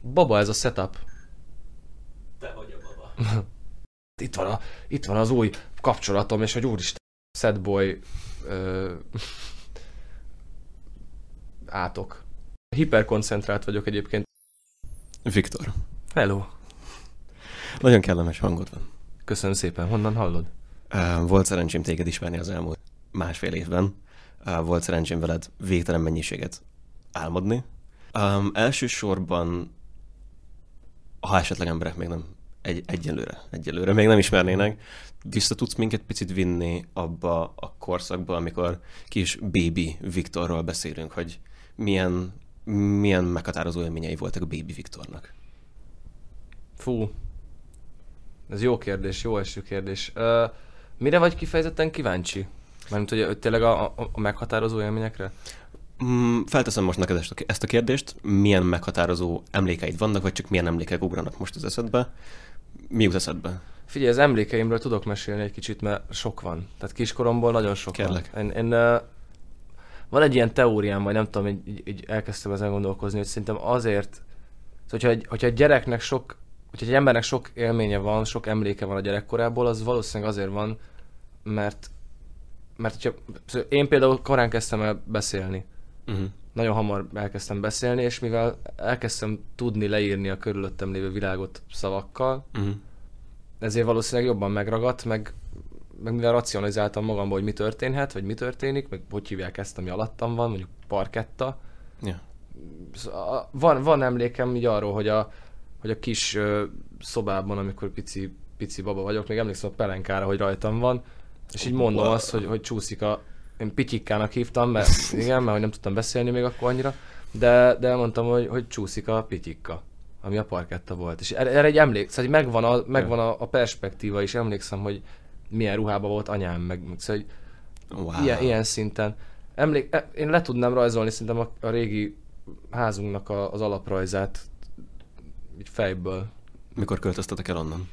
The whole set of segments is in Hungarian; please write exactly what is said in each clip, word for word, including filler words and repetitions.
Baba ez a setup. Te vagy a baba. Itt van, a, itt van az új kapcsolatom, és hogy úristen, sad boy ö, átok. Hiperkoncentrált vagyok egyébként. Viktor. Hello. Nagyon kellemes hangod van. Köszönöm szépen. Honnan hallod? Uh, volt szerencsém téged ismerni az elmúlt másfél évben. Uh, volt szerencsém veled végtelen mennyiséget álmodni. Um, elsősorban, ha esetleg emberek még nem egy, egyelőre, egyelőre még nem ismernének, vissza tudsz minket picit vinni abba a korszakba, amikor kis baby Viktorról beszélünk, hogy milyen, milyen meghatározó élményei voltak a baby Viktornak. Fú. Ez jó kérdés, jó eső kérdés. Uh, mire vagy kifejezetten kíváncsi? Mármint, hogy, hogy tényleg a, a, a meghatározó élményekre? Mm, felteszem most neked ezt a kérdést. Milyen meghatározó emlékeid vannak, vagy csak milyen emlékek ugranak most az eszedbe? Mi jut eszedbe? Figyelj, az emlékeimről tudok mesélni egy kicsit, mert sok van. Tehát kiskoromból nagyon sok Kérlek. van. Én, én, uh, van egy ilyen teóriám, vagy nem tudom, így, így elkezdtem ezen gondolkozni, hogy szerintem azért, szóval, hogyha egy, hogyha egy gyereknek sok, hogyha egy embernek sok élménye van, sok emléke van a gyerekkorából, az valószínűleg azért van, mert, mert hogyha, szóval én például korán kezdtem el beszélni. Uh-huh. Nagyon hamar elkezdtem beszélni, és mivel elkezdtem tudni leírni a körülöttem lévő világot szavakkal, Uh-huh. ezért valószínűleg jobban megragadt, meg, meg mivel racionalizáltam magamban, hogy mi történhet, vagy mi történik, meg hogy hívják ezt, ami alattam van, mondjuk parketta. Yeah. Szóval van, van emlékem így arról, hogy a, hogy a kis ö, szobában, amikor pici, pici baba vagyok, még emlékszem a pelenkára, hogy rajtam van, és így mondom azt, hogy, hogy csúszik a... Én pityikkának hívtam, mert igen, mert hogy nem tudtam beszélni még akkor annyira, de, de elmondtam, hogy, hogy csúszik a pityikka, ami a parketta volt. És erre, erre egy emlék, szóval megvan, a, megvan a, a perspektíva, és emlékszem, hogy milyen ruhában volt anyám, meg, meg szóval, Wow. ilyen, ilyen szinten. Emlék, én le tudnám rajzolni szerintem a, a régi házunknak a, az alaprajzát, így fejből. Mikor költöztetek el onnan?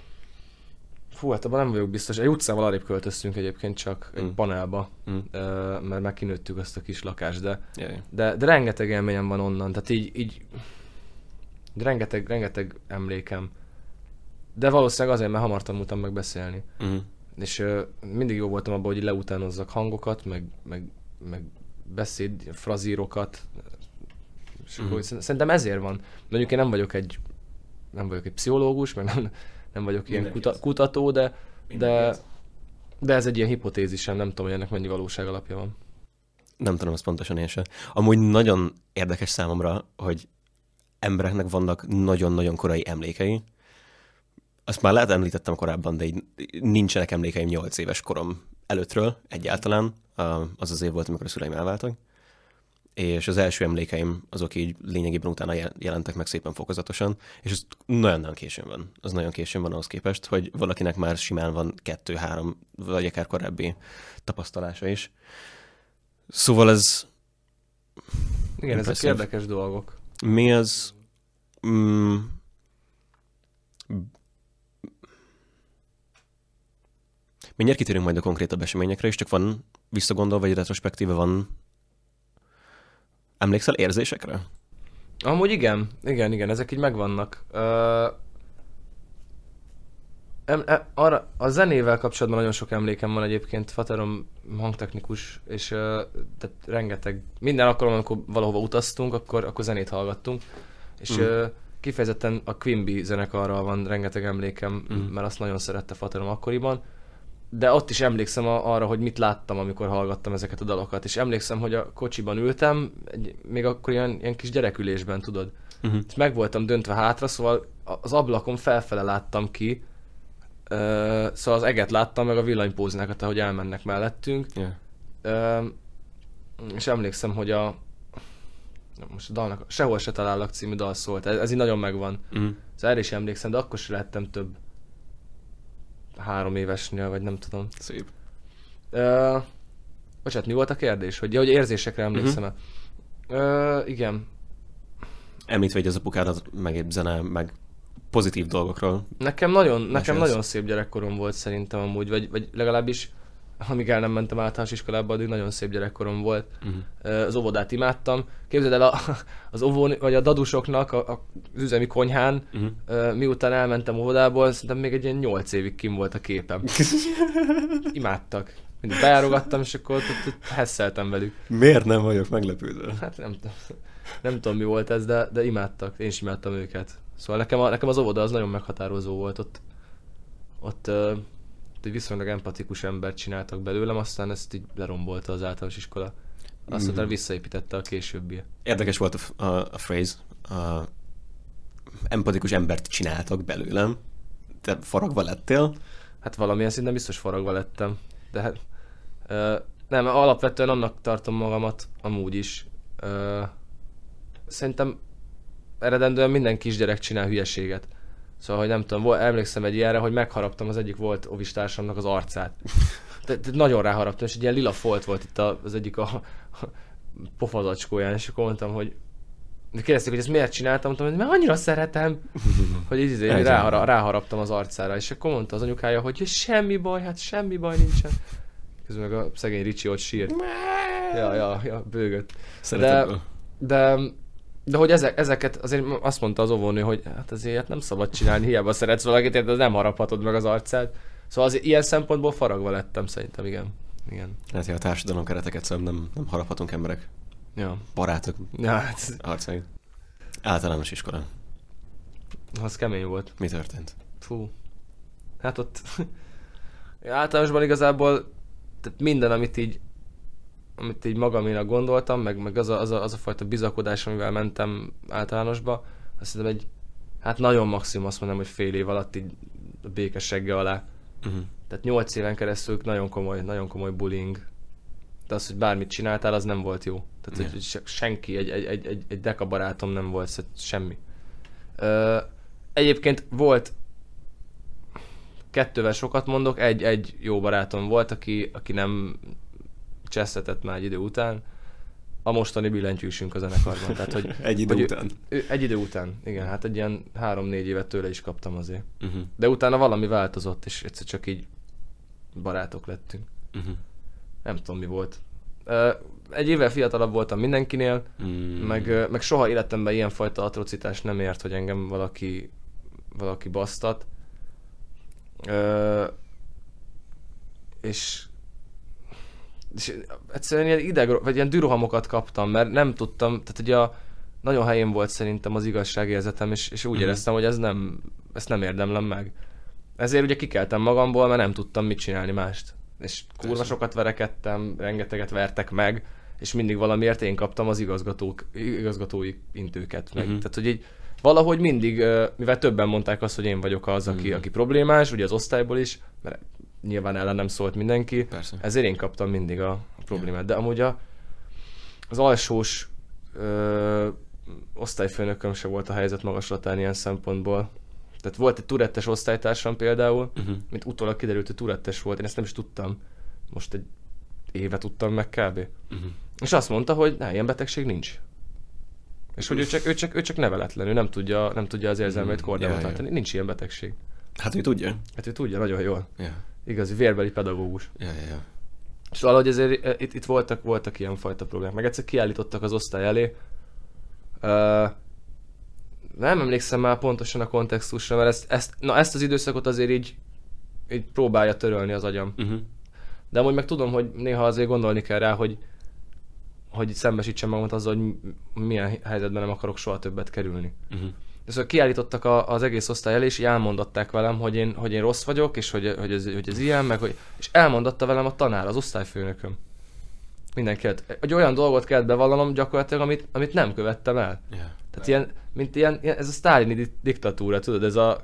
Fú, hát abban nem vagyok biztos. Egy utcával arrébb költöztünk egyébként csak egy Mm. panelba, Mm. uh, mert már kinőttük azt a kis lakást, de, Yeah. de, de rengeteg élményem van onnan, tehát így, így de rengeteg, rengeteg emlékem. De valószínűleg azért, mert hamar tanultam meg beszélni. Uh-huh. És uh, mindig jó voltam abban, hogy leutánozzak hangokat, meg, meg, meg beszéd, frazírokat. És Mhm. akkor szerintem ezért van. Mondjuk én nem vagyok egy, nem vagyok egy pszichológus, meg nem, nem vagyok ilyen Mindenki kuta, az. kutató, de, Mindenki de, az. de ez egy ilyen hipotézisem, nem tudom, hogy ennek mennyi valóság alapja van. Nem tudom, azt pontosan én sem. Amúgy nagyon érdekes számomra, hogy embereknek vannak nagyon-nagyon korai emlékei. Azt már lehet említettem korábban, de így nincsenek emlékeim nyolc éves korom előttről egyáltalán. Az az év volt, amikor a szüleim elváltak. És az első emlékeim azok így lényegében utána jelentek meg szépen fokozatosan, és ez nagyon-nagyon későn van. Az nagyon későn van ahhoz képest, hogy valakinek már simán van kettő, három, vagy akár korábbi tapasztalása is. Szóval ez... Igen, ezek Impressive. érdekes dolgok. Mi az... Mm, mindjárt kitérünk majd a konkrétabb eseményekre is, csak van visszagondolva, vagy retrospektíve van... Emlékszel érzésekre? Amúgy igen, igen, igen, ezek így megvannak. Uh, em, em, arra, a zenével kapcsolatban nagyon sok emlékem van egyébként, faterom hangtechnikus, és uh, tehát rengeteg, minden alkalommal, amikor valahova utaztunk, akkor, akkor zenét hallgattunk, és Mm. uh, kifejezetten a Quimby zenekarral van rengeteg emlékem, Mm. mert azt nagyon szerette faterom akkoriban, de ott is emlékszem a, arra, hogy mit láttam, amikor hallgattam ezeket a dalokat, és emlékszem, hogy a kocsiban ültem, egy, még akkor ilyen, ilyen kis gyerekülésben, tudod, Uh-huh. és meg voltam döntve hátra, szóval az ablakon felfele láttam ki, uh, szóval az eget láttam, meg a villanypóznákat, ahogy elmennek mellettünk, Yeah. uh, és emlékszem, hogy a most a dalnak, Sehol se talállak című dal szólt, ez, ez így nagyon megvan, Uh-huh. szóval erre is emlékszem, de akkor sem lehettem több három évesnél, vagy nem tudom. Szép. Uh, bocsánat, mi volt a kérdés? Hogy, ja, hogy érzésekre emlékszem-e? Uh, igen. Említve így az apukádat, meg egy zene, meg pozitív dolgokról. Nekem nagyon, nekem Mesélsz. nagyon szép gyerekkorom volt szerintem amúgy, vagy, vagy legalábbis amíg el nem mentem általános iskolába, addig nagyon szép gyerekkorom volt. Uh-huh. Az óvodát imádtam. Képzeld el, a, az óvón, vagy a dadusoknak a, a, az üzemi konyhán, uh-huh. miután elmentem óvodából, szerintem még egy ilyen nyolc évig kim volt a képem. Imádtak. Mindig bejárogattam, és akkor ott, ott, ott hesszeltem velük. Miért nem vagyok meglepődve? Hát nem tudom. Nem tudom, mi volt ez, de, de imádtak. Én is imádtam őket. Szóval nekem, a, nekem az óvoda az nagyon meghatározó volt. Ott, ott uh, egy viszonylag empatikus embert csináltak belőlem, aztán ezt így lerombolta az általános iskola. Aztán mm. visszaépítette a későbbi. Érdekes volt a, a, a phrase. A empatikus embert csináltak belőlem. Te faragva lettél? Hát valamilyen szinten biztos faragva lettem. De hát uh, nem, alapvetően annak tartom magamat amúgy is. Uh, szerintem eredendően minden kisgyerek csinál hülyeséget. Szóval, hogy nem tudom, volt, emlékszem egy ilyenre, hogy megharaptam az egyik volt ovistársamnak az arcát. De, de nagyon ráharaptam, és egy ilyen lila folt volt itt az egyik a, a pofazacskóján, és akkor mondtam, hogy kérdezték, hogy ezt miért csináltam, mondtam, hogy mert annyira szeretem, hogy így, így ráhara, ráharaptam az arcára, és akkor mondta az anyukája, hogy semmi baj, hát semmi baj nincsen. Közben meg a szegény Ricsi ott sírt. Ja, ja, ja, bőgött. De, de, de hogy ezek, ezeket azért azt mondta az óvónő, hogy hát azért nem szabad csinálni, hiába szeretsz valakit, de nem haraphatod meg az arcát. Szóval azért ilyen szempontból faragva lettem szerintem, igen. igen. Hát, hogy a társadalom kereteket szóval nem, nem haraphatunk emberek. Ja. Barátok. Ja, hát... Arcáig. Általános iskola. Az kemény volt. Mi történt? Fú. Hát ott... általánosban igazából tehát minden, amit így amit így magaménak gondoltam, meg, meg az, a, az, a, az a fajta bizakodás, amivel mentem általánosba, azt hiszem egy, hát nagyon maximum azt mondom, hogy fél év alatt így a békessegge alá. Uh-huh. Tehát nyolc éven keresztül nagyon komoly, nagyon komoly bullying. De az, hogy bármit csináltál, az nem volt jó. Tehát, yeah. hogy senki, egy, egy, egy, egy, egy deka barátom nem volt, szóval semmi. Ö, egyébként volt, kettővel sokat mondok, egy, egy jó barátom volt, aki, aki nem csesztetett már egy idő után. A mostani billentyűsünk a zenekarban. Tehát, hogy, egy idő hogy után? Ő, ő, egy idő után, igen. Hát egy ilyen három-négy évet tőle is kaptam azért. Uh-huh. De utána valami változott, és egyszer csak így barátok lettünk. Uh-huh. Nem tudom, mi volt. Egy évvel fiatalabb voltam mindenkinél, mm. meg, meg soha életemben ilyenfajta atrocitás nem ért, hogy engem valaki, valaki basztat. És, és egyszerűen ilyen ideg, vagy ilyen dürohamokat kaptam, mert nem tudtam, tehát ugye a, nagyon helyén volt szerintem az igazságérzetem, és, és úgy mm. éreztem, hogy ez nem, ezt nem érdemlem meg. Ezért ugye kikeltem magamból, mert nem tudtam mit csinálni mást. És kurva sokat verekedtem, rengeteget vertek meg, és mindig valamiért én kaptam az igazgatók, igazgatói intőket meg. Uh-huh. Tehát, hogy így valahogy mindig, mivel többen mondták azt, hogy én vagyok az, aki, uh-huh. aki problémás, ugye az osztályból is, mert nyilván ellenem szólt mindenki, persze. Ezért én kaptam mindig a, a problémát. De amúgy a, az alsós ö, osztályfőnököm se volt a helyzet magaslatán ilyen szempontból. Tehát volt egy Tourettes osztálytársam például, uh-huh. mint utólag kiderült, hogy Tourettes volt, én ezt nem is tudtam. Most egy éve tudtam meg kb. Uh-huh. És azt mondta, hogy ne, ilyen betegség nincs. És hogy ő csak, ő csak, ő csak neveletlen, ő nem tudja, nem tudja az érzelmeit kordában uh-huh. tartani. Nincs ilyen betegség. Hát ő tudja. Hát ő tudja, nagyon jól. Yeah. Igazi vérbeli pedagógus. Yeah, yeah, yeah. És valahogy ezért itt, itt voltak, voltak ilyen fajta problémák. Meg egyszer kiállítottak az osztály elé. Uh, Nem emlékszem már pontosan a kontextusra, mert ezt, ezt, na ezt az időszakot azért így, így próbálja törölni az agyam. Uh-huh. De amúgy meg tudom, hogy néha azért gondolni kell rá, hogy, hogy szembesítsem magamat azzal, hogy milyen helyzetben nem akarok soha többet kerülni. Uh-huh. De szóval kiállítottak a, az egész osztály elé, és elmondatták velem, hogy én, hogy én rossz vagyok, és hogy, hogy, ez, hogy ez ilyen, meg hogy, és elmondatta velem a tanár, az osztályfőnököm. Mindenki, hogy olyan dolgot kellett bevallanom gyakorlatilag, amit, amit nem követtem el. Yeah. Tehát ilyen, mint ilyen, ez a sztálini diktatúra, tudod, ez a,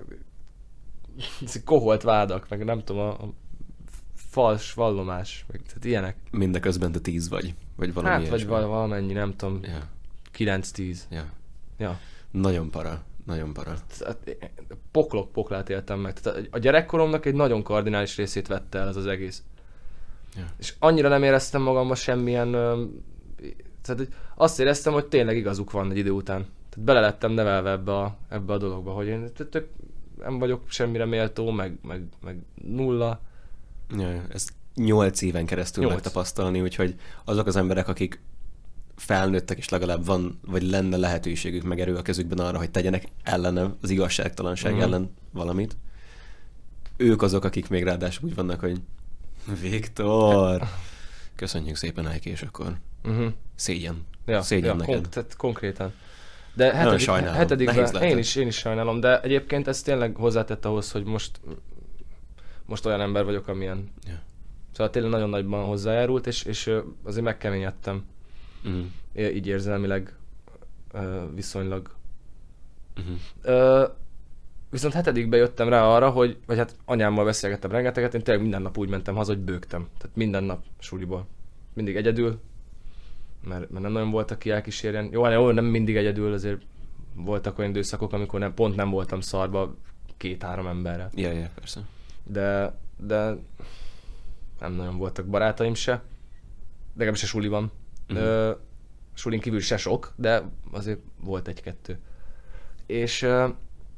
ez a koholt vádak, meg nem tudom, a, a fals vallomás, meg tehát ilyenek. Mindeközben te tíz vagy, vagy valami hát, vagy val- valamennyi, nem tudom, yeah. kilenc-tíz. Yeah. Ja. Nagyon para, nagyon para. Poklok poklát éltem meg. Tehát a gyerekkoromnak egy nagyon kardinális részét vette el ez az egész. Yeah. És annyira nem éreztem magamban semmilyen... Tehát azt éreztem, hogy tényleg igazuk van egy idő után. Tehát bele lettem nevelve ebbe a, ebbe a dologba, hogy én tök nem vagyok semmire méltó, meg, meg, meg nulla. Ja, ez nyolc éven keresztül Nyolc. megtapasztalni, úgyhogy azok az emberek, akik felnőttek, és legalább van, vagy lenne lehetőségük, meg erő a kezükben arra, hogy tegyenek ellene az igazságtalanság Mhm. ellen valamit, ők azok, akik még ráadásul úgy vannak, hogy Viktor, köszönjük szépen, Nike, és akkor Uh-huh. szégyen. Ja, Szégyen ja, neked. Kon- tehát konkrétan. De Nagyon hetedik, sajnálom. Nehéz hetedikben lehetett. én is, én is sajnálom, de egyébként ez tényleg hozzátett ahhoz, hogy most, most olyan ember vagyok, amilyen. Ja. Szóval tényleg nagyon nagyban hozzájárult, és, és ö, azért megkeményedtem. Uh-huh. É- Így érzelmileg ö, viszonylag. Uh-huh. Ö, viszont hetedikben jöttem rá arra, hogy, vagy hát anyámmal beszélgettem rengeteget, én tényleg minden nap úgy mentem haza, hogy bőgtem. Tehát minden nap suliból. Mindig egyedül, mert, mert nem nagyon volt, aki elkísérjen. Jó, hát jó, nem mindig egyedül, azért voltak olyan időszakok, amikor nem, pont nem voltam szarba két-három emberrel. Ja, ja, persze. De, de nem nagyon voltak barátaim se. De legalábbis a suliban. Mhm. Ö, sulin kívül se sok, de azért volt egy-kettő. És ö,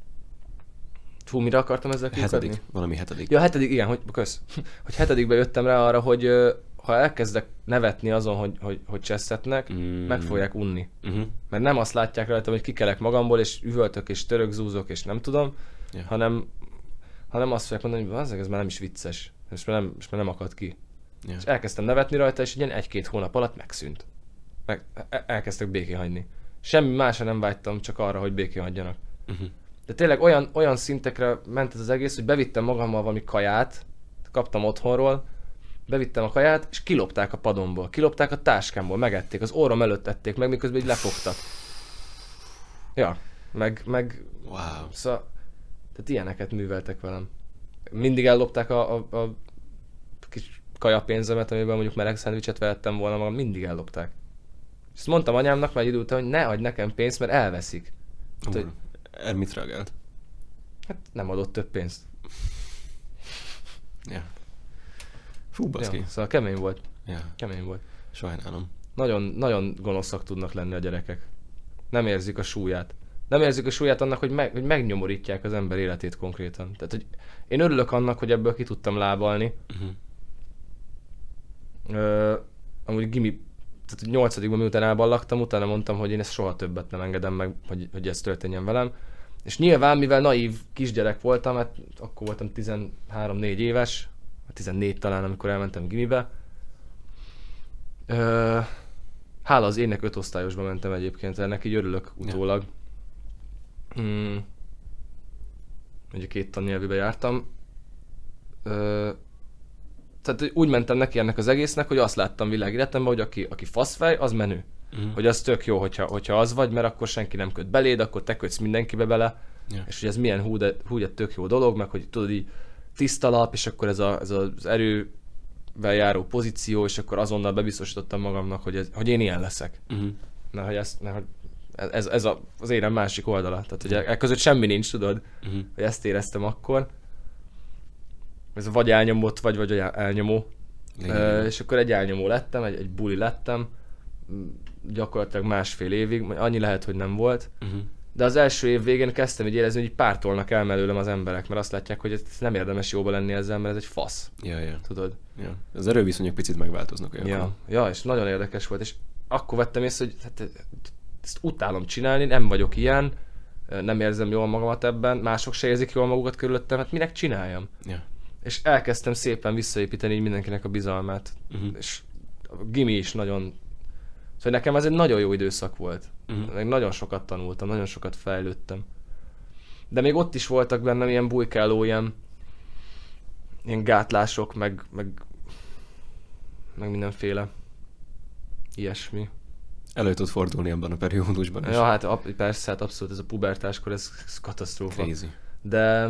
fú, mire akartam ezzel kiukadni? Hetedik, valami hetedik. Ja, hetedik, igen, hogy, kösz. hogy hetedikben jöttem rá arra, hogy ö, ha elkezdek nevetni azon, hogy, hogy, hogy csesztetnek, Mm. meg fogják unni. Uh-huh. Mert nem azt látják rajtam, hogy kikelek magamból, és üvöltök, és törökzúzok, és nem tudom, Ja. hanem, hanem azt fogják mondani, hogy az ez már nem is vicces. És már nem, és már nem akad ki. Ja. És elkezdtem nevetni rajta, és ilyen egy-két hónap alatt megszűnt. Meg, e- elkezdtek békén hagyni. Semmi másra nem vágytam, csak arra, hogy békén hagyjanak. Uh-huh. De tényleg olyan, olyan szintekre ment ez az egész, hogy bevittem magammal valami kaját, kaptam otthonról, bevittem a kaját, és kilopták a padomból, kilopták a táskámból, megették, az orrom előtt ették meg, miközben így lefogtak. Ja, meg, meg, Wow. szóval, tehát ilyeneket műveltek velem. Mindig ellopták a, a, a kis kajapénzemet, amiben mondjuk meleg szendvicset vehettem volna magam, mindig ellopták. És ezt mondtam anyámnak már egy idő után, hogy ne adj nekem pénzt, mert elveszik. Hát, hogy, Erre mit reagált? hát nem adott több pénzt. Ja. Fú, baszki. Ja, szóval kemény volt. Ja. Kemény volt. Sajnálom. Nagyon, nagyon gonoszak tudnak lenni a gyerekek. Nem érzik a súlyát. Nem érzik a súlyát annak, hogy, meg, hogy megnyomorítják az ember életét konkrétan. Tehát, hogy én örülök annak, hogy ebből ki tudtam lábalni. Uh-huh. Ö, amúgy gimi, tehát nyolcadikban miután elballagtam, utána mondtam, hogy én ezt soha többet nem engedem meg, hogy, hogy ez történjen velem. És nyilván, mivel naív kisgyerek voltam, hát akkor voltam tizenhárom-négy éves, vagy tizennégy talán, amikor elmentem gimibe. Ö, hála az ének öt osztályosba mentem egyébként, ennek így örülök utólag. Mm. Ugye két tannyelvűbe jártam. Ö, tehát úgy mentem neki ennek az egésznek, hogy azt láttam világéletemben, hogy aki, aki faszfej, az menő. Uh-huh. Hogy az tök jó, hogyha, hogyha az vagy, mert akkor senki nem köt beléd, akkor te kötsz mindenkibe bele. Ja. És hogy ez milyen hú, de, hú, de tök jó dolog, meg hogy tudod így tiszta lap, és akkor ez, a, ez az erővel járó pozíció, és akkor azonnal bebiztosítottam magamnak, hogy, ez, hogy én ilyen leszek. Uh-huh. Na, hogy ezt, na, hogy ez, ez a, az érem másik oldala. Tehát, hogy e között semmi nincs, tudod, Uh-huh. hogy ezt éreztem akkor. Ez vagy elnyomott, vagy vagy elnyomó. Lényegében. Uh, és akkor egy elnyomó lettem, egy, egy buli lettem. Mm, gyakorlatilag másfél évig, annyi lehet, hogy nem volt. Uh-huh. De az első év végén kezdtem így érezni, hogy így pártolnak el mellőlem az emberek, mert azt látják, hogy ez nem érdemes jóba lenni ezzel, mert ez egy fasz, Ja, ja. tudod? Ja. Az erőviszonyok picit megváltoznak olyankor. Ja, ja, és nagyon érdekes volt, és akkor vettem észre, hogy hát, ezt utálom csinálni, nem vagyok ilyen, nem érzem jól magamat ebben, mások se érzik jól magukat körülöttem, hát minek csináljam? Ja. És elkezdtem szépen visszaépíteni így mindenkinek a bizalmát, Uh-huh. és a gimi is nagyon... Szóval nekem ez egy nagyon jó időszak volt. Uh-huh. Meg nagyon sokat tanultam, nagyon sokat fejlődtem. De még ott is voltak bennem ilyen bujkáló, ilyen, ilyen gátlások, meg, meg, meg mindenféle ilyesmi. Elő tud fordulni ebben a periódusban is. Ja, hát ab, persze, hát abszolút ez a pubertáskor, ez, ez katasztrófa. Crazy. De,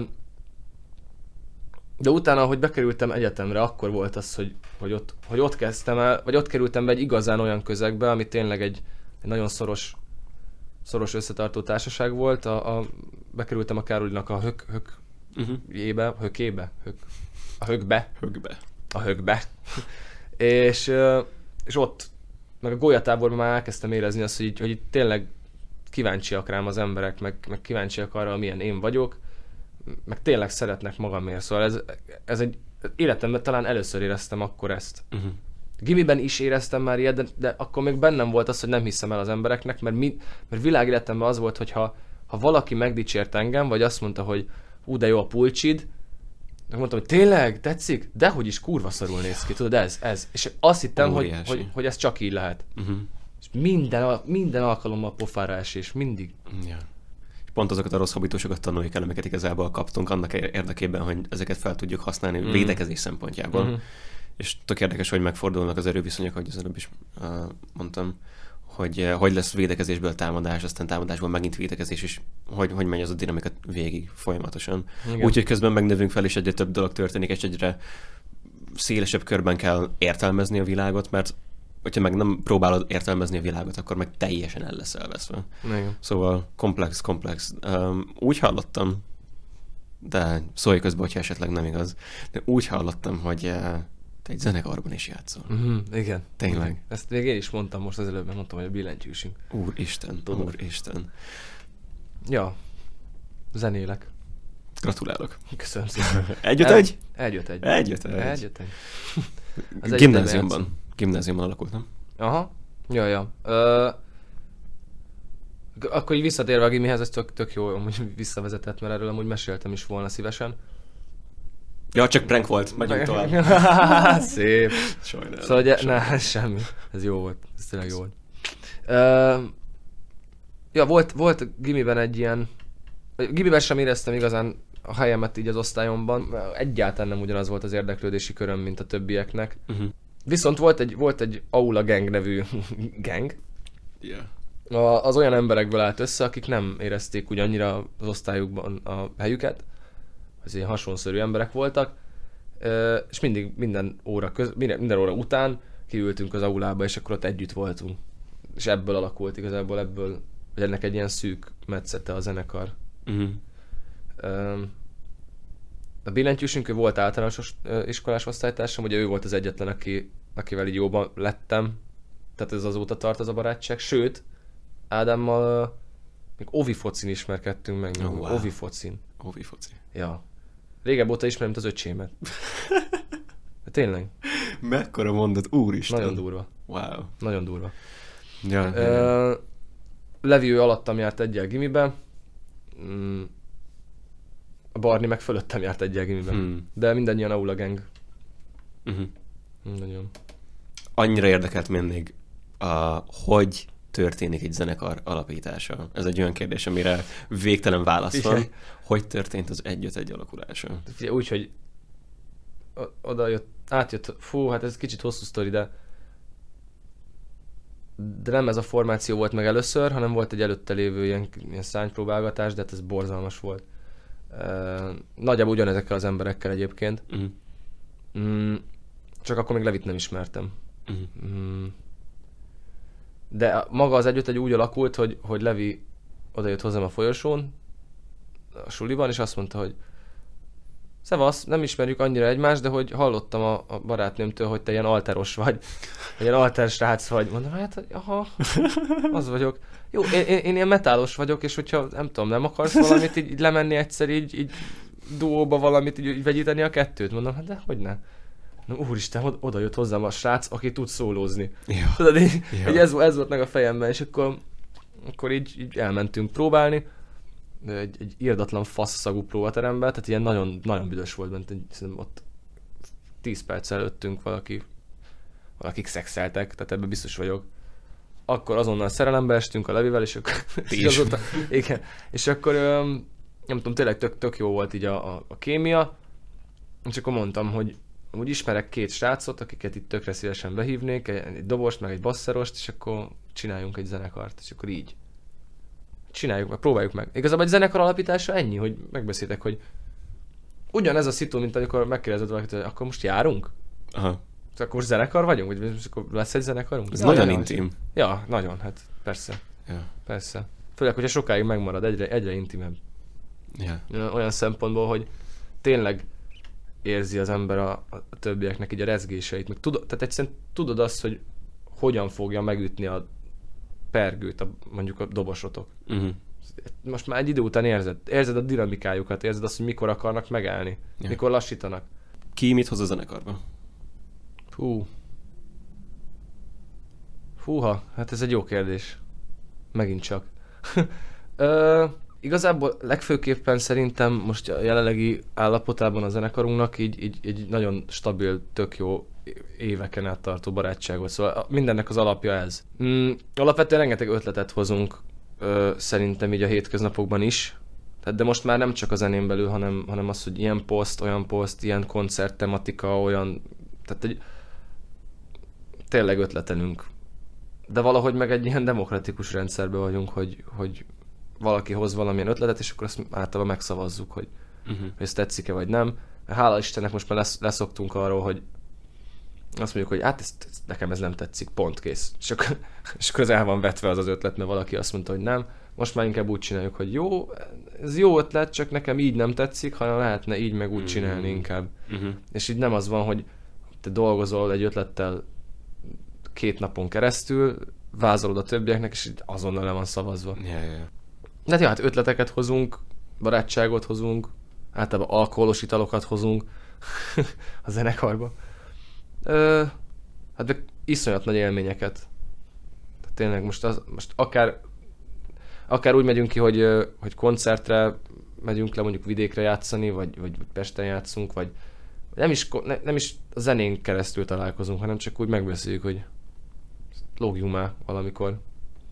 de utána, hogy bekerültem egyetemre, akkor volt az, hogy, hogy, ott, hogy ott kezdtem el, vagy ott kerültem be egy igazán olyan közegbe, ami tényleg egy, egy nagyon szoros, szoros összetartó társaság volt. A, a, bekerültem a Károlinak a hök, hök Uh-huh. jébe, hökébe, hök, a hökbe, Högbe. a hökbe. és, ö, és ott, meg a golyatáborban már elkezdtem érezni azt, hogy, így, hogy így tényleg kíváncsiak rám az emberek, meg, meg kíváncsiak arra, milyen én vagyok, meg tényleg szeretnek magamért. Szóval ez, ez egy életemben talán először éreztem akkor ezt. Uh-huh. Gimiben is éreztem már ilyet, de, de akkor még bennem volt az, hogy nem hiszem el az embereknek, mert, mi, mert világéletemben az volt, hogy ha, ha valaki megdicsért engem, vagy azt mondta, hogy hú, de jó a pulcsid, akkor mondtam, hogy tényleg, tetszik? Dehogy is kurva szarul néz ki, tudod, ez, ez. És azt hittem, hogy, hogy, hogy ez csak így lehet. Uh-huh. És minden, minden alkalommal pofára esés, mindig. Ja. Pont azokat a rossz habitusokat tanuljuk el, amiket igazából kaptunk annak érdekében, hogy ezeket fel tudjuk használni mm. védekezés szempontjából. Mm-hmm. És tök érdekes, hogy megfordulnak az erőviszonyok, ahogy az előbb is uh, mondtam, hogy uh, hogy lesz védekezésből támadás, aztán támadásból megint védekezés, és hogy, hogy megy az a dinamika végig folyamatosan. Úgyhogy közben megnövünk fel, és egyre több dolog történik, és egyre szélesebb körben kell értelmezni a világot, mert hogyha meg nem próbálod értelmezni a világot, akkor meg teljesen el lesz elveszve. Igen. Szóval komplex, komplex. Um, úgy hallottam, de szólj közben, hogyha esetleg nem igaz, de úgy hallottam, hogy uh, te egy zenekarban is játszol. Mm-hmm, igen. Tényleg. Ezt még én is mondtam most az előbb, mondtam, hogy a billentyűsünk. Úristen, úristen. Ja, zenélek. Gratulálok. Köszönöm szépen. Együtt egy? Együtt egy. Együtt egy. Együtt egy. Gimnáziumban. Gimnáziumban alakult, nem? Aha. Ja, ja. Ö, akkor így visszatérve a gimihez, ez tök, tök jó, hogy visszavezetett, mert erről amúgy meséltem is volna szívesen. Ja, csak prank volt, megyünk tovább. Szép. Sajnálom. Szóval, ugye, ne, semmi. Ez jó volt. Ez tényleg jó volt. Ö, ja, volt, volt gimiben egy ilyen... Gimiben sem éreztem igazán a helyemet így az osztályomban. Egyáltalán nem ugyanaz volt az érdeklődési köröm, mint a többieknek. Uh-huh. Viszont volt egy, volt egy Aula Gang nevű gang. Yeah. A, az olyan emberekből állt össze, akik nem érezték úgy annyira az osztályukban a helyüket. Az ilyen hasonszörű emberek voltak. És mindig minden óra, köz, minden, minden óra után kiültünk az aulába, és akkor ott együtt voltunk. És ebből alakult igazából, ebből, hogy ennek egy ilyen szűk metszete a zenekar. Uh-huh. A billentyűsünk, ő volt általános iskolás osztálytársam, ugye ő volt az egyetlen, aki, akivel így jóban lettem. Tehát ez azóta tart az a barátság. Sőt, Ádámmal uh, még Ovi focin ismerkedtünk meg. Oh, wow. Ovi focin. Ovi foci. Ja. Régebb óta ismerem, mint az öcsémet. De tényleg. Mekkora mondat, úristen. Nagyon durva. Wow. Nagyon durva. Ja, uh, ja. Levi, ő alattam járt egyel gimiben. Mm. A Barni meg fölöttem járt egyel gimiben. Hmm. De mindannyian Aula Gang. Uh-huh. Mindannyian. Annyira érdekelt mindig, uh, hogy történik egy zenekar alapítása. Ez egy olyan kérdés, amire végtelen válasz van. Hogy történt az egy öt egy alakulása? Figyelj, úgy, hogy oda jött, átjött, fú, hát ez kicsit hosszú sztori, de de nem ez a formáció volt meg először, hanem volt egy előtte lévő ilyen, ilyen szárnypróbálgatás, de hát ez borzalmas volt. Uh, nagyjából ugyanezekkel az emberekkel egyébként. Uh-huh. Mm, csak akkor még Levit nem ismertem. Uh-huh. Mm, de maga az együtt egy úgy alakult, hogy, hogy Levi odajött hozzám a folyosón, a suliban, és azt mondta, hogy szevasz, nem ismerjük annyira egymást, de hogy hallottam a, a barátnőmtől, hogy te ilyen alteros vagy, vagy ilyen alter srác vagy. Mondom, hát, aha, az vagyok. Jó, én, én, én ilyen metálos vagyok, és hogyha nem tudom, nem akarsz valamit így, így lemenni egyszer így, így duóba valamit, így, így vegyíteni a kettőt? Mondom, hát de hogy ne? Na, úristen, oda jött hozzám a srác, aki tud szólózni. Ja. Tudod, így, ja. így ez, ez volt meg a fejemben, és akkor, akkor így, így elmentünk próbálni. Egy, egy irdatlan fasz-szagú próbaterembe, tehát ilyen nagyon, nagyon büdös volt bent, szerintem ott tíz perc előttünk valaki, valakik szexeltek, tehát ebben biztos vagyok. Akkor azonnal szerelembe estünk a Levivel, és akkor... és azóta, igen, és akkor nem tudom, tényleg tök, tök jó volt így a, a, a kémia, és akkor mondtam, hogy úgy ismerek két srácot, akiket itt tökre szívesen behívnék, egy, egy dobost, meg egy basszerost, és akkor csináljunk egy zenekart, és akkor így. Csináljuk meg, próbáljuk meg. Igazából egy zenekar alapítása ennyi, hogy megbeszéltek, hogy ugyanez a szitu, mint amikor megkérdezed valakit, hogy akkor most járunk? Aha. Akkor most zenekar vagyunk? Vagy most akkor lesz egy zenekarunk? Ez ja, nagyon ja, intim. Ja, nagyon, hát persze. Ja. Persze. Főleg, hogyha sokáig megmarad, egyre, egyre intimebb. Ja. Olyan szempontból, hogy tényleg érzi az ember a, a többieknek így a rezgéseit. Meg tudod, tehát egyszerűen tudod azt, hogy hogyan fogja megütni a pergőt, a, mondjuk a dobosotok. Uh-huh. Most már egy idő után érzed, érzed a dinamikájukat, érzed azt, hogy mikor akarnak megállni, ja. mikor lassítanak. Ki mit hoz a zenekarba? Hú. Húha, hát ez egy jó kérdés. Megint csak. Ö, igazából legfőképpen szerintem most a jelenlegi állapotában a zenekarunknak így, így, így nagyon stabil, tök jó éveken át tartó barátságot. Szóval mindennek az alapja ez. Mm, alapvetően rengeteg ötletet hozunk ö, szerintem így a hétköznapokban is. Tehát, de most már nem csak a zenén belül, hanem, hanem az, hogy ilyen poszt, olyan poszt, ilyen koncert tematika, olyan... Tehát egy... tényleg ötletelünk. De valahogy meg egy ilyen demokratikus rendszerben vagyunk, hogy, hogy valaki hoz valamilyen ötletet, és akkor azt általában megszavazzuk, hogy, uh-huh. hogy ez tetszik-e vagy nem. Hála Istennek most már lesz, leszoktunk arról, hogy azt mondjuk, hogy hát ez, ez, nekem ez nem tetszik, pont, kész. És akkor, és akkor ez el van vetve az az ötlet, mert valaki azt mondta, hogy nem. Most már inkább úgy csináljuk, hogy jó, ez jó ötlet, csak nekem így nem tetszik, hanem lehetne így meg úgy csinálni uh-huh. inkább. Uh-huh. És így nem az van, hogy te dolgozol egy ötlettel két napon keresztül, vázolod a többieknek, és így azonnal le van szavazva. Yeah, yeah. De hát, ja, hát ötleteket hozunk, barátságot hozunk, általában alkoholos italokat hozunk a zenekarba. Ö, hát de iszonyat nagy élményeket. Tehát tényleg most, az, most akár, akár úgy megyünk ki, hogy, hogy koncertre megyünk le, mondjuk vidékre játszani, vagy, vagy Pesten játszunk, vagy nem is, ne, nem is a zenén keresztül találkozunk, hanem csak úgy megbeszéljük, hogy lógjunk már valamikor.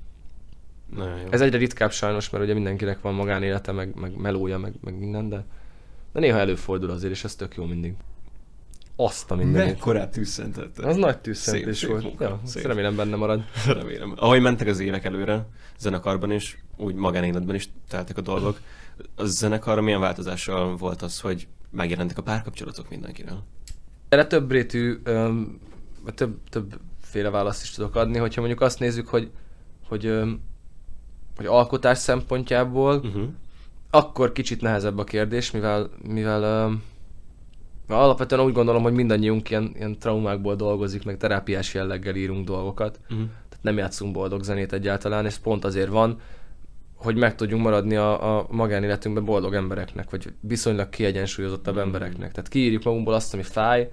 Ez egyre ritkább sajnos, mert ugye mindenkinek van magánélete, meg, meg melója, meg, meg minden, de, de néha előfordul azért, és ez tök jó mindig. Azt a mindenit. Mekkorát tűzszentetted. Az nagy tűzszentés volt. Szép ja, szép. Remélem benne marad. Remélem. Ahogy mentek az évek előre, zenekarban is, úgy magánéletben is teltek a dolgok. A zenekarra milyen változással volt az, hogy megjelentek a párkapcsolatok mindenkiről? Erre több rétű, öm, több, többféle választ is tudok adni, hogyha mondjuk azt nézzük, hogy, hogy, öm, hogy alkotás szempontjából, uh-huh. akkor kicsit nehezebb a kérdés, mivel, mivel öm, alapvetően úgy gondolom, hogy mindannyiunk ilyen, ilyen traumákból dolgozik, meg terápiás jelleggel írunk dolgokat. Uh-huh. Tehát nem játszunk boldog zenét egyáltalán, és pont azért van, hogy meg tudjunk maradni a, a magánéletünkben boldog embereknek, vagy viszonylag kiegyensúlyozottabb mm. embereknek. Tehát kiírjuk magunkból azt, ami fáj,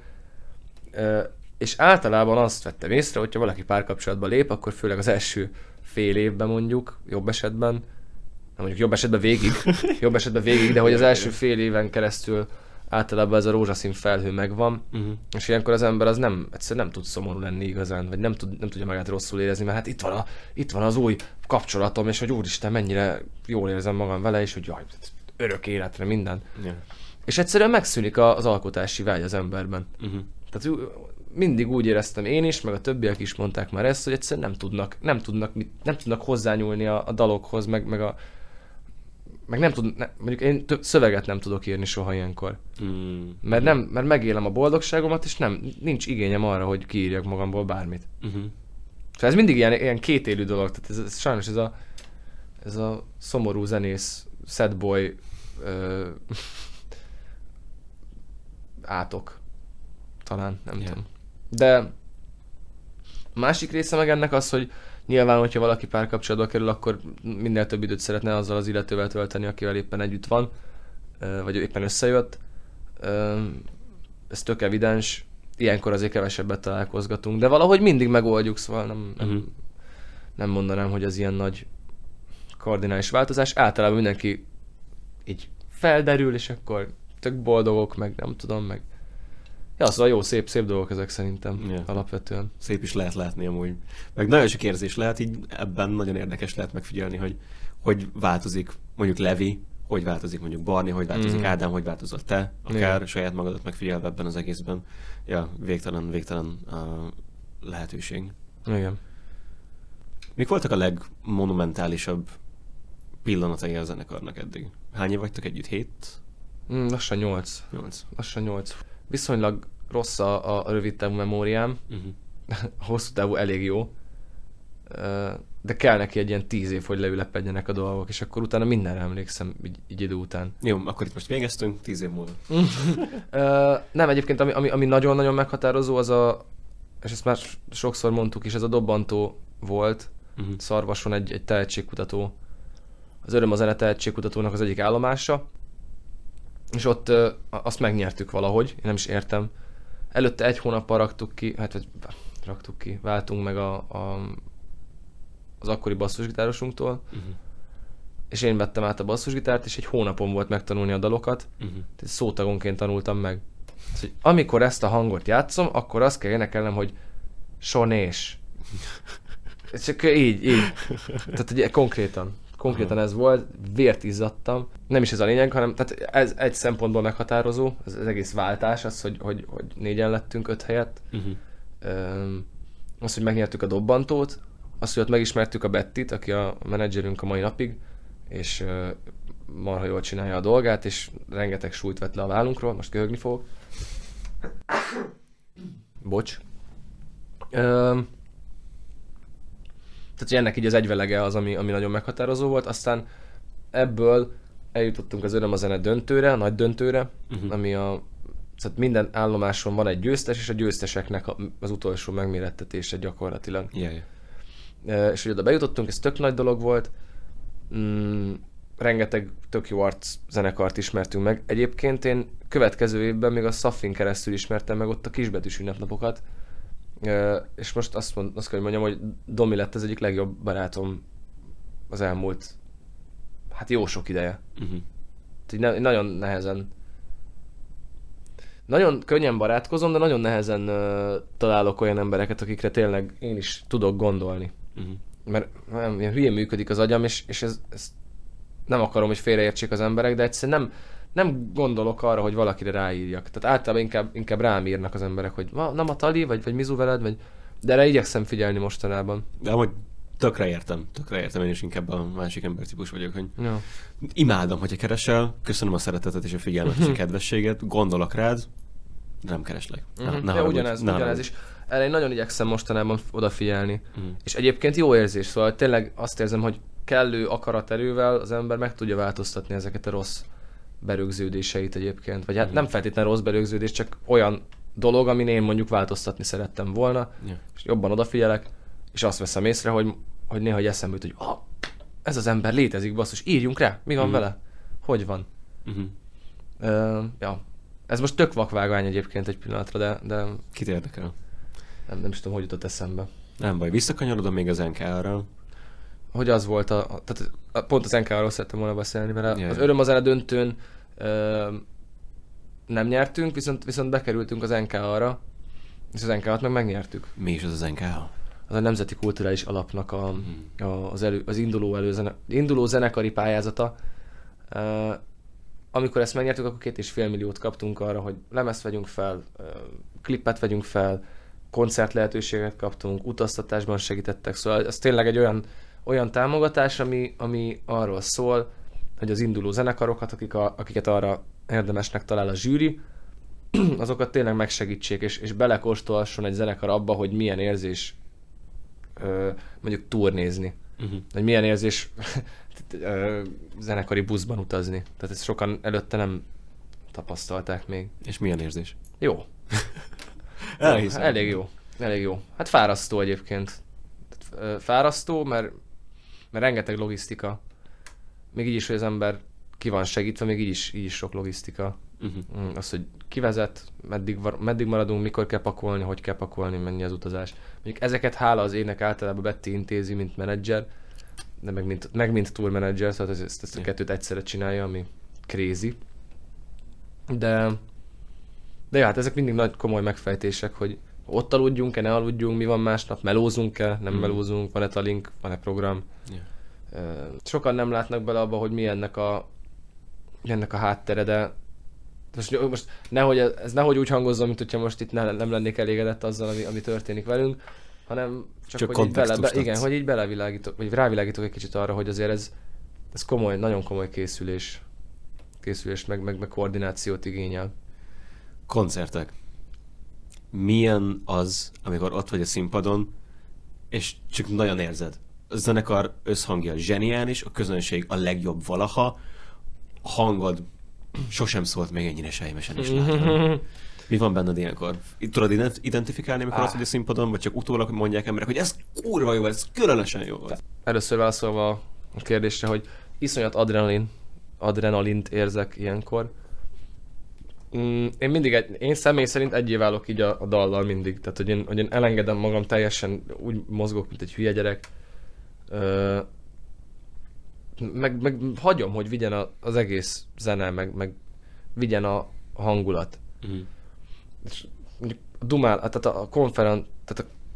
és általában azt vettem észre, hogyha valaki párkapcsolatba lép, akkor főleg az első fél évben mondjuk, jobb esetben, nem mondjuk jobb esetben végig, jobb esetben végig, de hogy az első fél éven keresztül általában ez a rózsaszín felhő megvan, uh-huh. és ilyenkor az ember az nem, egyszerűen nem tud szomorú lenni igazán, vagy nem, tud, nem tudja magát rosszul érezni, mert hát itt van, a, itt van az új kapcsolatom, és hogy úristen, mennyire jól érzem magam vele, és hogy jaj, örök életre minden. Yeah. És egyszerűen megszűnik az alkotási vágy az emberben. Uh-huh. Tehát mindig úgy éreztem én is, meg a többiek is mondták már ezt, hogy egyszerűen nem tudnak, nem tudnak, nem tudnak hozzányúlni a, a dalokhoz, meg, meg a meg nem tud, ne, mondjuk én több szöveget nem tudok írni soha ilyenkor. Mm. Mert, nem, mert megélem a boldogságomat, és nem, nincs igényem arra, hogy kiírjak magamból bármit. Uh-huh. Szóval ez mindig ilyen, ilyen kétélű dolog, tehát ez, ez sajnos ez a, ez a szomorú zenész, sad boy ö, átok. Talán, nem yeah. tudom. De a másik része meg ennek az, hogy nyilván, hogyha valaki párkapcsolatba kerül, akkor minél több időt szeretne azzal az illetővel tölteni, akivel éppen együtt van, vagy éppen összejött. Ez tök evidens. Ilyenkor azért kevesebbet találkozgatunk, de valahogy mindig megoldjuk, szóval nem, nem, uh-huh. nem mondanám, hogy az ilyen nagy kardinális változás. Általában mindenki így felderül, és akkor tök boldogok, meg nem tudom, meg ja, szóval jó, szép, szép dolgok ezek szerintem yeah. alapvetően. Szép is lehet látni amúgy. Meg nagyon sok érzés lehet, így ebben nagyon érdekes lehet megfigyelni, hogy hogy változik mondjuk Levi, hogy változik mondjuk Barni, hogy változik mm. Ádám, hogy változol te, akár yeah. saját magadat megfigyelve ebben az egészben. Ja, végtelen, végtelen uh, lehetőség. Igen. Mik voltak a legmonumentálisabb pillanatai a zenekarnak eddig? Hány év vagytok együtt? Hét? Mm, lassan nyolc. Nyolc. Lassan nyolc. Viszonylag rossz a, a rövid távú memóriám, uh-huh. a hosszú távú elég jó, de kell neki egy ilyen tíz év, hogy leülepedjenek a dolgok, és akkor utána mindenre emlékszem így, így idő után. Jó, akkor itt most végeztünk, tíz év múlva. Nem, egyébként ami, ami, ami nagyon-nagyon meghatározó, az a, és ezt már sokszor mondtuk is, ez a Dobbantó volt, uh-huh. Szarvason egy, egy tehetségkutató, az Öröm a zene tehetségkutatónak az egyik állomása, és ott ö, azt megnyertük valahogy, én nem is értem. Előtte egy hónappal raktuk ki, hát vagy raktuk ki, váltunk meg a, a, az akkori basszusgitárosunktól, uh-huh. és én vettem át a basszusgitárt, és egy hónapom volt megtanulni a dalokat, uh-huh. tehát szótagonként tanultam meg. Szóval, amikor ezt a hangot játszom, akkor azt kell énekelnem, hogy sonés. Csak így, így. Tehát ugye, konkrétan. Konkrétan ez volt, vért izzadtam. Nem is ez a lényeg, hanem tehát ez egy szempontból meghatározó, ez az egész váltás, az, hogy, hogy, hogy négyen lettünk öt helyett. Uh-huh. Üm, az, hogy megnyertük a dobbantót, az, hogy ott megismertük a Bettit, aki a menedzserünk a mai napig, és uh, marha jól csinálja a dolgát, és rengeteg súlyt vett le a vállunkról, most köhögni fogok. Bocs. Üm, Tehát, hogy ennek így az egyvelege az, ami, ami nagyon meghatározó volt. Aztán ebből eljutottunk az Öröm a zene döntőre, a nagy döntőre, uh-huh. ami a... Tehát minden állomáson van egy győztes, és a győzteseknek az utolsó megmérettetése gyakorlatilag. Yeah, yeah. E, és hogy oda bejutottunk, ez tök nagy dolog volt. Mm, rengeteg tök jó arc zenekart ismertünk meg. Egyébként én következő évben még a Szafin keresztül ismertem meg ott a kisbetűs ünnepnapokat. Uh, és most azt, mond, azt kell, hogy mondjam, hogy Domi lett az egyik legjobb barátom az elmúlt, hát jó sok ideje. Uh-huh. Ne, nagyon nehezen, nagyon könnyen barátkozom, de nagyon nehezen uh, találok olyan embereket, akikre tényleg én is tudok gondolni. Uh-huh. Mert nem, ilyen hülyén működik az agyam, és, és ez, ez nem akarom, hogy félreértsék az emberek, de egyszerűen nem, nem gondolok arra, hogy valakire ráírjak. Tehát általában inkább, inkább rám írnak az emberek, hogy nem a Tali, vagy, vagy Mizu veled, vagy... de erre igyekszem figyelni mostanában. De amúgy tökre értem, tökre értem, én is inkább a másik embertípus vagyok, hogy ja. Imádom, hogyha keresel, köszönöm a szeretetet és a figyelmet és a kedvességet, gondolok rád, nem kereslek. Uh-huh. Ne, ja, ugyanez, ne ugyanez is. Erre én nagyon igyekszem mostanában odafigyelni. Uh-huh. És egyébként jó érzés, szóval tényleg azt érzem, hogy kellő akaraterővel az ember meg tudja változtatni ezeket a rossz berögződéseit egyébként. Vagy hát nem feltétlenül rossz berögződés, csak olyan dolog, amin én mondjuk változtatni szerettem volna, yeah. és jobban odafigyelek, és azt veszem észre, hogy, hogy néha egy eszembe jut, hogy ah, ez az ember létezik, basszus, írjunk rá, mi van uh-huh. vele? Hogy van? Uh-huh. Uh, ja. Ez most tök vakvágány egyébként egy pillanatra, de... de kit érdekel? Nem, nem is tudom, hogy jutott eszembe. Nem baj, visszakanyarodom még az en ká á-ra. Hogy az volt a... a tehát a, pont az en ká á-ról szerettem volna beszélni, mert yeah. az Öröm a zene döntőn ö, nem nyertünk, viszont, viszont bekerültünk az en ká á-ra, és az en ká á-t meg megnyertük. Mi is az az en ká á? Az a Nemzeti Kulturális Alapnak a, a, az, elő, az induló, előzene, induló zenekari pályázata. Uh, amikor ezt megnyertük, akkor két és fél milliót kaptunk arra, hogy lemezt vegyünk fel, uh, klippet vegyünk fel, koncert lehetőséget kaptunk, utaztatásban segítettek, szóval ez tényleg egy olyan, olyan támogatás, ami, ami arról szól, hogy az induló zenekarokat, akik a, akiket arra érdemesnek talál a zsűri, azokat tényleg megsegítsék, és, és belekóstolhasson egy zenekar abba, hogy milyen érzés ö, mondjuk turnézni. Uh-huh. Hogy milyen érzés ö, zenekari buszban utazni. Tehát ezt sokan előtte nem tapasztalták még. És milyen érzés? Jó. Elhiszem. Elég jó. Elég jó. Hát fárasztó egyébként. Fárasztó, mert, mert rengeteg logisztika. Még így is, hogy az ember ki van segítve, még így is, így is sok logisztika. Uh-huh. Az, hogy kivezet, meddig, meddig maradunk, mikor kell pakolni, hogy kell pakolni, mennyi az utazás. Mondjuk ezeket hála az ének általában Betty intézi, mint menedzser, de meg mint, meg mint tour menedzser, szóval ezt, ezt a kettőt egyszerre csinálja, ami crazy. De, de ja, hát ezek mindig nagy komoly megfejtések, hogy ott aludjunk-e, ne aludjunk, mi van másnap, melózunk-e, nem uh-huh. melózunk, van-e talink, van-e program. Yeah. Sokan nem látnak bele abba, hogy mi ennek a, ennek a háttere, de most, most nehogy, ez nehogy úgy hangozzon, mint hogyha most itt ne, nem lennék elégedett azzal, ami, ami történik velünk, hanem csak, csak hogy, így bele, be, igen, hogy így belevilágítok, vagy rávilágítok egy kicsit arra, hogy azért ez, ez komoly, nagyon komoly készülés, készülés meg, meg, meg koordinációt igényel. Koncertek. Milyen az, amikor ott vagy a színpadon, és csak nagyon érzed? A zenekar összhangja zseniális, a közönség a legjobb valaha, a hangod sosem szólt még ennyire sejmesen is látom. Mi van benned ilyenkor? Tudod identifikálni, amikor ah. azt vagy a színpadon, vagy csak utólag mondják emberek, hogy ez kurva jó, ez különösen jó volt? Először válaszolva a kérdésre, hogy iszonyat adrenalin, adrenalint érzek ilyenkor. Mm, én mindig, egy, én személy szerint egyé válok így a, a dallal mindig. Tehát, hogy én, hogy én elengedem magam teljesen, úgy mozgok, mint egy hülye gyerek. Ö, meg, meg hagyom, hogy vigyen a, az egész zene, meg, meg vigyen a hangulat. Mm. És mondjuk a dumál, tehát a konferen, tehát a,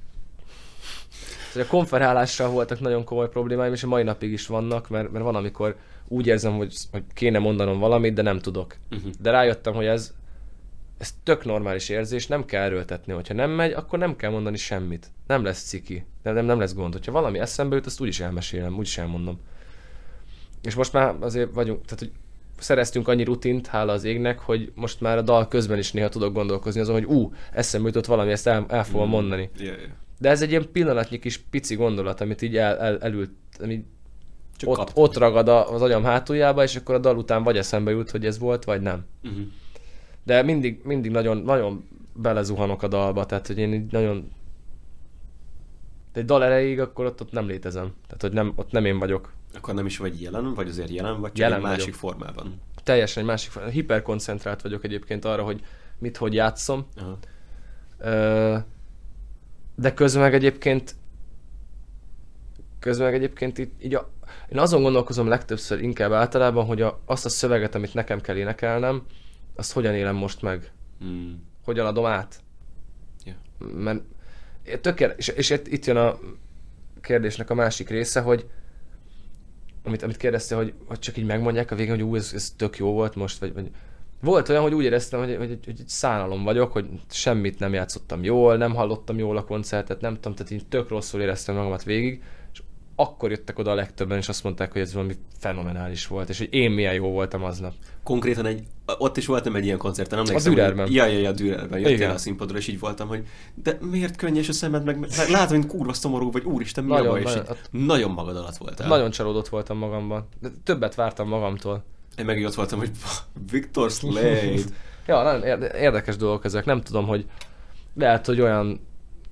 tehát a konferálással voltak nagyon komoly problémáim, és a mai napig is vannak, mert, mert van, amikor úgy érzem, hogy, hogy kéne mondanom valamit, de nem tudok. Uh-huh. De rájöttem, hogy ez, ez tök normális érzés, nem kell erőltetni. Hogyha nem megy, akkor nem kell mondani semmit. Nem lesz ciki, nem, nem, nem lesz gond. Hogyha valami eszembe jut, azt úgyis elmesélem, úgyis elmondom. És most már azért vagyunk, tehát hogy szereztünk annyi rutint, hála az égnek, hogy most már a dal közben is néha tudok gondolkozni azon, hogy ú, eszembe jutott valami, ezt el, el fogom mondani. Yeah, yeah. De ez egy ilyen pillanatnyi kis pici gondolat, amit így el, el, elült, ami Csak ott, ott ragad az agyam hátuljába, és akkor a dal után vagy eszembe jut, hogy ez volt, vagy nem. Uh-huh. De mindig, mindig nagyon, nagyon belezuhanok a dalba, tehát hogy én így nagyon... De egy dal erejéig, akkor ott, ott nem létezem. Tehát, hogy nem, ott nem én vagyok. Akkor nem is vagy jelen, vagy azért jelen, vagy csak jelen egy másik vagyok. formában? Teljesen egy másik formában. Hiperkoncentrált vagyok egyébként arra, hogy mit, hogy játszom. Uh-huh. Ö, de közben meg egyébként közben meg egyébként így, így a, én azon gondolkozom legtöbbször inkább általában, hogy a, azt a szöveget, amit nekem kell énekelnem, azt hogyan élem most meg. Mm. Hogyan adom át. Yeah. Mert tökéletes, és, és itt, itt jön a kérdésnek a másik része, hogy amit, amit kérdezte, hogy, hogy csak így megmondják a végén, hogy ú, ez, ez tök jó volt most, vagy, vagy volt olyan, hogy úgy éreztem, hogy, hogy, hogy, hogy egy szánalom vagyok, hogy semmit nem játszottam jól, nem hallottam jól a koncertet, nem tudom, tehát így tök rosszul éreztem magamat végig, és akkor jöttek oda a legtöbben, és azt mondták, hogy ez valami fenomenális volt, és hogy én milyen jó voltam aznap. Konkrétan egy, ott is voltam egy ilyen koncerten, A Dürerben. Ja, ja, ja, Dürerben jöttél Igen. a színpadra, és így voltam, hogy de miért könnyes a szemed, meg látom, hogy kurva szomorú, vagy úristen, mi nagyon, a baj, és nagyon, így nagyon magad alatt voltál. Nagyon csalódott voltam magamban, de többet vártam magamtól. Én meg így ott voltam, hogy Victor Slade. Ja, nagyon érdekes dolgok ezek, nem tudom, hogy lehet, hogy olyan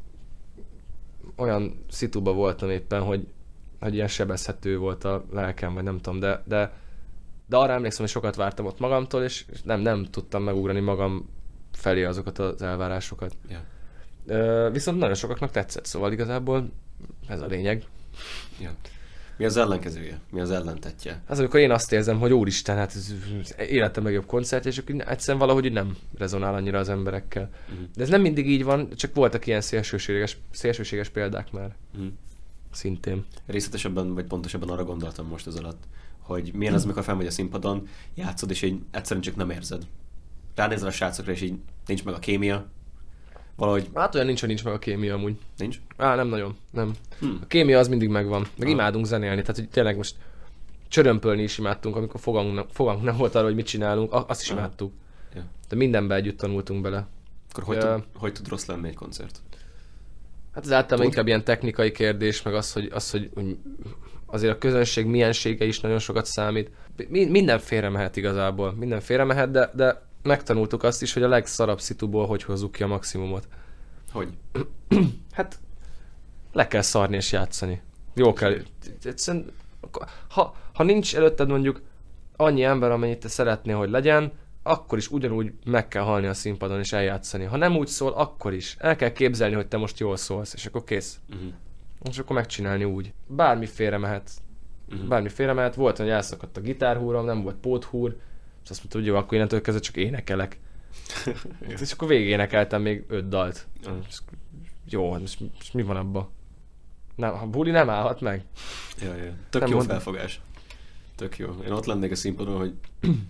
olyan szituba voltam éppen, hogy, hogy ilyen sebezhető volt a lelkem, vagy nem tudom, de, de, de arra emlékszem, hogy sokat vártam ott magamtól, és nem, nem tudtam megugrani magam felé azokat az elvárásokat. Yeah. Viszont nagyon sokaknak tetszett, szóval igazából ez a lényeg. Yeah. Mi az ellenkezője? Mi az ellentetje? Az, amikor én azt érzem, hogy úristen, hát ez életem legjobb koncert, és akkor egyszerűen valahogy nem rezonál annyira az emberekkel. Uh-huh. De ez nem mindig így van, csak voltak ilyen szélsőséges, szélsőséges példák már. Uh-huh. Szintén. Részletesebben, vagy pontosabban arra gondoltam most ez alatt, hogy milyen az, amikor felmegy a színpadon, játszod, és így egyszerűen csak nem érzed. Ránézel a srácokra, és így nincs meg a kémia. Valahogy... Hát olyan nincs, hogy nincs meg a kémia amúgy. Nincs? Á, nem nagyon, nem. Hmm. A kémia az mindig megvan. Meg ah. imádunk zenélni, tehát hogy tényleg most csörömpölni is imádtunk, amikor fogalmunk nem, fogalmunk nem volt arra, hogy mit csinálunk, azt is ah. imádtuk. Ja. De mindenbe együtt tanultunk bele. Akkor hogy, ja. tud, hogy tud rossz lenni egy koncert? Hát ez általában inkább ilyen technikai kérdés, meg az, hogy, az, hogy, hogy azért a közönség miensége is nagyon sokat számít. Minden félre mehet igazából, minden félre mehet, de, de megtanultuk azt is, hogy a legszarabb szituból hogy hozzuk ki a maximumot. Hogy? Hát le kell szarni és játszani. Jó kell. Egyszerűen, ha, ha nincs előtted mondjuk annyi ember, amennyit te szeretnél, hogy legyen, akkor is ugyanúgy meg kell halni a színpadon és eljátszani. Ha nem úgy szól, akkor is. El kell képzelni, hogy te most jól szólsz, és akkor kész. Uh-huh. És akkor megcsinálni úgy. Bármi félre mehet. Uh-huh. Bármi félre mehet. Volt, hogy elszakadt a gitárhúrom, nem volt póthúr, és azt mondta, hogy jó, akkor innentől kezdve csak énekelek. És akkor végigénekeltem még öt dalt. Uh-huh. Jó, most, most mi van abban? Nem, a buli nem állhat meg. Ja, ja. Tök nem jó mondom. Felfogás. Tök jó. Én ott lennék a színpadon, hogy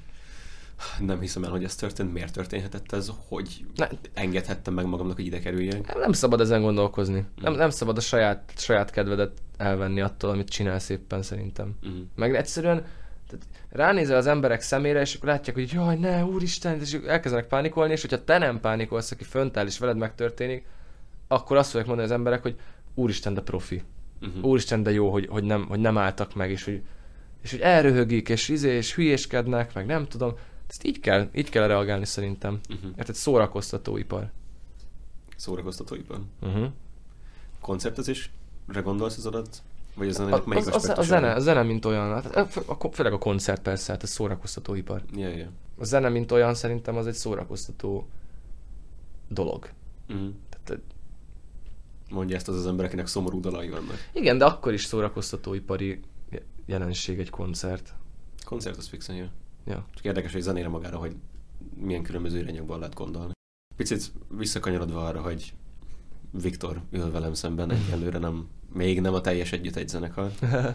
nem hiszem el, hogy ez történt. Miért történhetett ez? Hogy ne. engedhettem meg magamnak, hogy ide kerüljek? Nem, nem szabad ezen gondolkozni. Mm. Nem, nem szabad a saját, saját kedvedet elvenni attól, amit csinálsz éppen szerintem. Mm. Meg egyszerűen tehát ránézel az emberek szemére, és akkor látják, hogy jaj, ne, úristen, és elkezdenek pánikolni, és hogyha te nem pánikolsz, aki fönt áll, és veled megtörténik, akkor azt fogják mondani az emberek, hogy úristen, de profi. Uh-huh. Úristen, de jó, hogy, hogy, nem, hogy nem álltak meg, és hogy, és hogy elröhögik, és izé, és hülyéskednek, meg nem tudom. Ezt így kell, így kell reagálni szerintem. Uh-huh. Mert egy szórakoztatóipar. Szórakoztatóipar? Uh-huh. Koncertezésre gondolsz az adat? Vagy a A, zenének melyik az, az, a, aspektusa? zene, a zene, mint olyan, hát, a, főleg a koncert persze, hát a szórakoztatóipar. Ja, ja. A zene, mint olyan, szerintem az egy szórakoztató dolog. Uh-huh. Tehát, Mondja ezt az az ember, akinek szomorú dalai vannak. igen, de akkor is szórakoztatóipari jelenség egy koncert. Koncert az fixen, ja. Ja. Csak érdekes, hogy zenére magára, hogy milyen különböző irányokban lehet gondolni. Picit visszakanyarodva arra, hogy Viktor ül velem szemben, egyelőre nem, még nem a teljes együtt egy zenekar.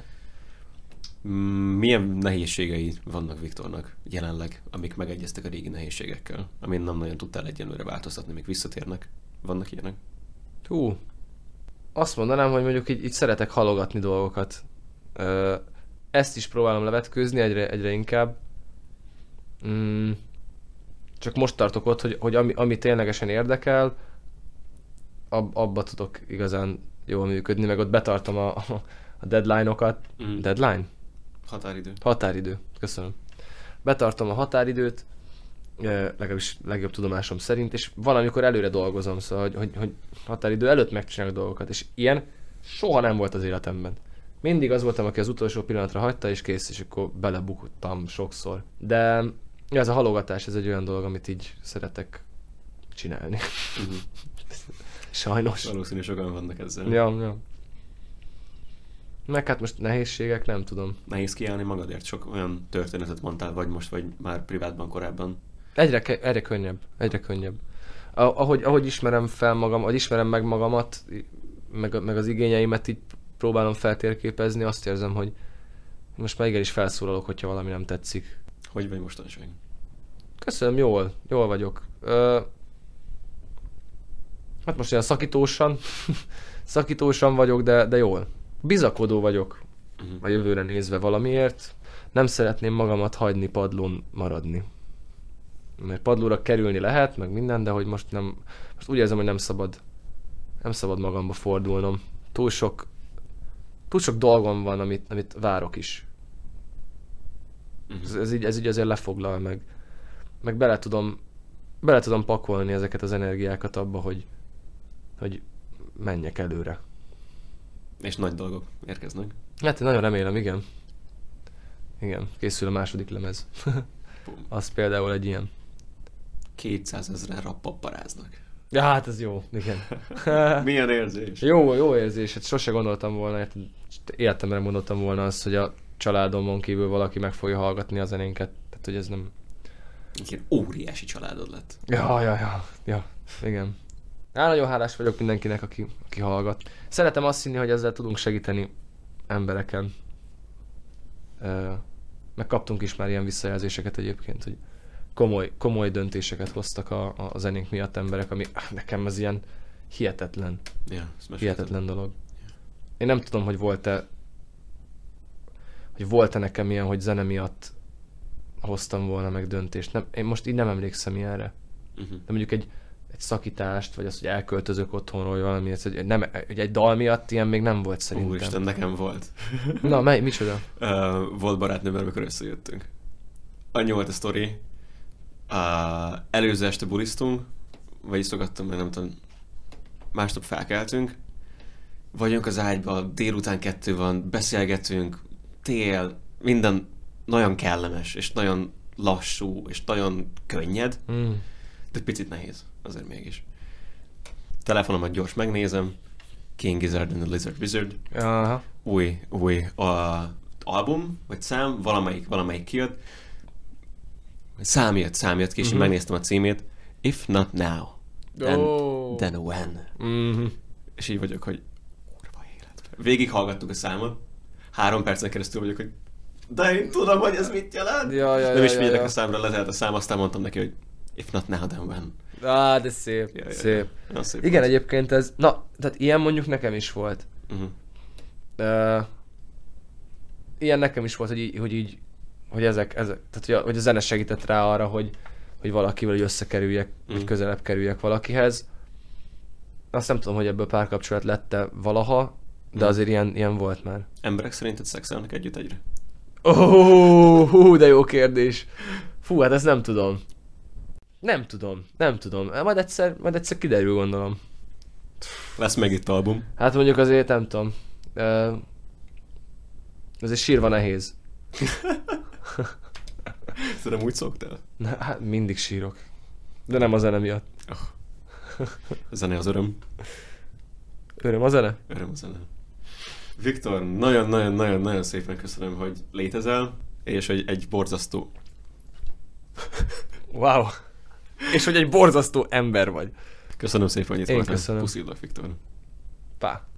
Milyen nehézségei vannak Viktornak jelenleg, amik megegyeztek a régi nehézségekkel, amin nem nagyon tudtál egyenlőre változtatni, még visszatérnek? Vannak ilyenek? Hú, azt mondanám, hogy mondjuk így, így szeretek halogatni dolgokat. Ö, ezt is próbálom levetkőzni egyre, egyre inkább. Mm, csak most tartok ott, hogy, hogy ami, ami ténylegesen érdekel, ab, abba tudok igazán jól működni, meg ott betartom a, a deadline-okat. Mm. Deadline? Határidő. Határidő, köszönöm. Betartom a határidőt, legalábbis legjobb tudomásom szerint, és van, amikor előre dolgozom, szóval, hogy, hogy, hogy határidő előtt megcsinálok dolgokat, és ilyen soha nem volt az életemben. Mindig az voltam, aki az utolsó pillanatra hagyta, és kész, és akkor belebukottam sokszor. De ez a halogatás, ez egy olyan dolog, amit így szeretek csinálni. Uh-huh. Sajnos. Valószínű sokan vannak ezzel. Ja, ja. Meg hát most nehézségek, nem tudom. Nehéz kiállni magadért, sok olyan történetet mondtál, vagy most, vagy már privátban korábban. Egyre, ke- egyre könnyebb, egyre könnyebb. Ahogy, ahogy ismerem fel magam, ahogy ismerem meg magamat, meg, meg az igényeimet így próbálom feltérképezni, azt érzem, hogy most már igenis felszólalok, hogyha valami nem tetszik. Hogy vagy mostanság? Köszönöm, jól, jól vagyok. Ö, hát most olyan szakítósan, szakítósan vagyok, de, de jól. Bizakodó vagyok uh-huh. a jövőre nézve valamiért. Nem szeretném magamat hagyni padlón maradni. Mert padlóra kerülni lehet, meg minden, de hogy most nem, most úgy érzem, hogy nem szabad, nem szabad magamba fordulnom. Túl sok, túl sok dolgom van, amit, amit várok is. Uh-huh. Ez, ez, így, ez így azért lefoglal meg. Meg bele tudom, bele tudom pakolni ezeket az energiákat abba, hogy, hogy menjek előre. És nagy dolgok érkeznek. Hát én nagyon remélem, igen. Igen, készül a második lemez. Az például egy ilyen. kétszázezren rappapparáznak. Ja, hát ez jó, igen. Milyen érzés? Jó, jó érzés. Hát sose gondoltam volna, életemre gondoltam volna azt, hogy a családomon kívül valaki meg fogja hallgatni a zenénket. Tehát, hogy ez nem... Igen, óriási családod lett. Ja, ja, ja, ja, igen. Hát nagyon hálás vagyok mindenkinek, aki, aki hallgat. Szeretem azt hinni, hogy ezzel tudunk segíteni embereken. Meg kaptunk is már ilyen visszajelzéseket egyébként, hogy komoly, komoly döntéseket hoztak a, a zenénk miatt emberek, ami nekem ez ilyen hihetetlen, ja, hihetetlen dolog. Én nem tudom, hogy volt-e, hogy volt-e nekem ilyen, hogy zene miatt hoztam volna meg döntést. Nem, én most így nem emlékszem ilyenre. Uh-huh. De mondjuk egy, egy szakítást, vagy az, hogy elköltözök otthonról, vagy valami, ez, hogy, nem, hogy egy dal miatt ilyen még nem volt szerintem. Úristen, nekem volt. Na, mely, micsoda? Uh, volt barátnővel, amikor összejöttünk. Annyi volt a sztori. Uh, előző este bulisztunk, vagy isztogattam, mert nem tudom, másnap felkeltünk. Vagyunk az ágyban, délután kettő van, beszélgetünk, tél, minden nagyon kellemes, és nagyon lassú, és nagyon könnyed, mm. de picit nehéz, azért mégis. Telefonomat gyors megnézem, King Gizzard and the Lizard Wizard, Aha. új, új a, album, vagy szám, valamelyik, valamelyik kijött, szám jött, szám jött ki, és mm-hmm. megnéztem a címét, If Not Now, then, oh. then When. Mm-hmm. És így vagyok, hogy kurva életben. Végig hallgattuk a számot, három percen keresztül vagyok, hogy de én tudom, hogy ez mit jelent. Ja, ja, nem ja, is ja, figyelek ja. a számra, letelt a szám, aztán mondtam neki, hogy If Not Now, then When. Á, de szép, ja, ja, szép. Ja, ja, szép. Igen, volt. egyébként ez, na, tehát ilyen mondjuk nekem is volt. Uh-huh. Uh, ilyen nekem is volt, hogy így, hogy, így, hogy ezek, ezek tehát hogy a, hogy a zene segített rá arra, hogy, hogy valakivel hogy összekerüljek, uh-huh. hogy közelebb kerüljek valakihez. Azt nem tudom, hogy ebből párkapcsolat lett-e valaha, de uh-huh. azért ilyen, ilyen volt már. Emberek szerinted szexelnek együtt egyre? Oh, hú, de jó kérdés. Fú, hát ezt nem tudom. Nem tudom, nem tudom. Majd egyszer, majd egyszer kiderül, gondolom. Lesz meg itt album. Hát mondjuk azért nem tudom. Uh, Ezért sírva nehéz. Szerintem úgy szoktál? Na, hát mindig sírok. De nem a zene miatt. A zene az öröm. Öröm a zene? Öröm a zene. Viktor, nagyon-nagyon-nagyon-nagyon szépen köszönöm, hogy létezel, és hogy egy borzasztó... Wow. És hogy egy borzasztó ember vagy. Köszönöm szépen, hogy itt Én voltál. köszönöm. Puszilak, Viktor. Pá.